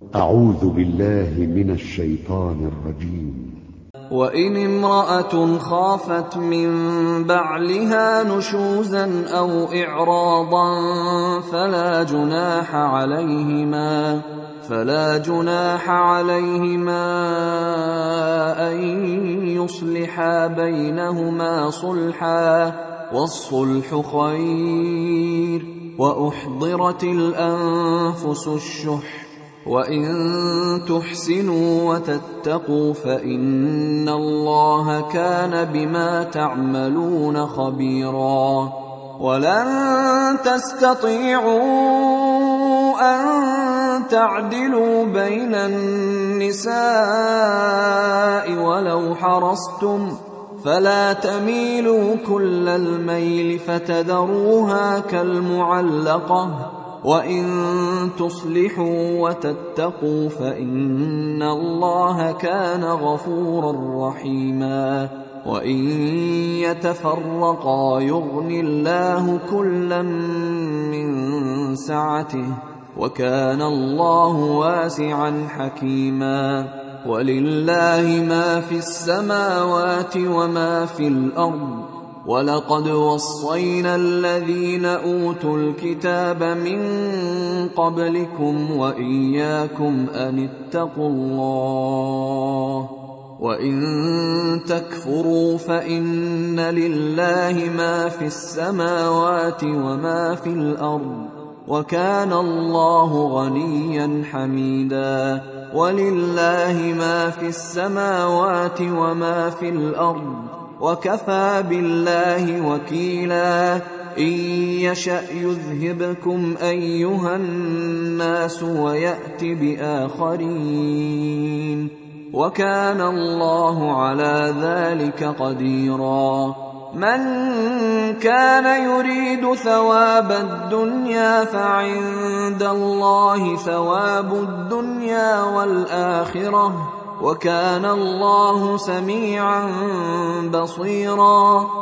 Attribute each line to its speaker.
Speaker 1: أعوذ بالله من الشيطان الرجيم.
Speaker 2: وإن امرأة خافت من بعلها نشوزا أو إعراضا فلا جناح عليهما أن يصلحا بينهما صلحا، والصلح خير. وأحضرت الأنفس الشح، وإن تحسنوا وتتقوا فإن الله كان بما تعملون خبيرا. ولن تستطيعوا أن تعدلوا بين النساء ولو حرصتم، فلا تميلوا كل الميل فتذروها كالمعلقة. وإن تصلحوا وتتقوا فإن الله كان غفورا رحيما. وإن يتفرقا يغن الله كلا من سعته، وكان الله واسعا حكيما. ولله ما في السماوات وما في الأرض، ولقد وصينا الذين أوتوا الكتاب من قبلكم وإياكم أن اتقوا الله. وإن تكفروا فإن لله ما في السماوات وما في الأرض، وكان الله غنيا حميدا. ولله ما في السماوات وما في الأرض، وكفى بالله وكيلا. إن يشأ يذهبكم أيها الناس ويأت بآخرين، وكان الله على ذلك قديرا. من كان يريد ثواب الدنيا فعند الله ثواب الدنيا والآخرة، وكان الله سميعا بصيرا.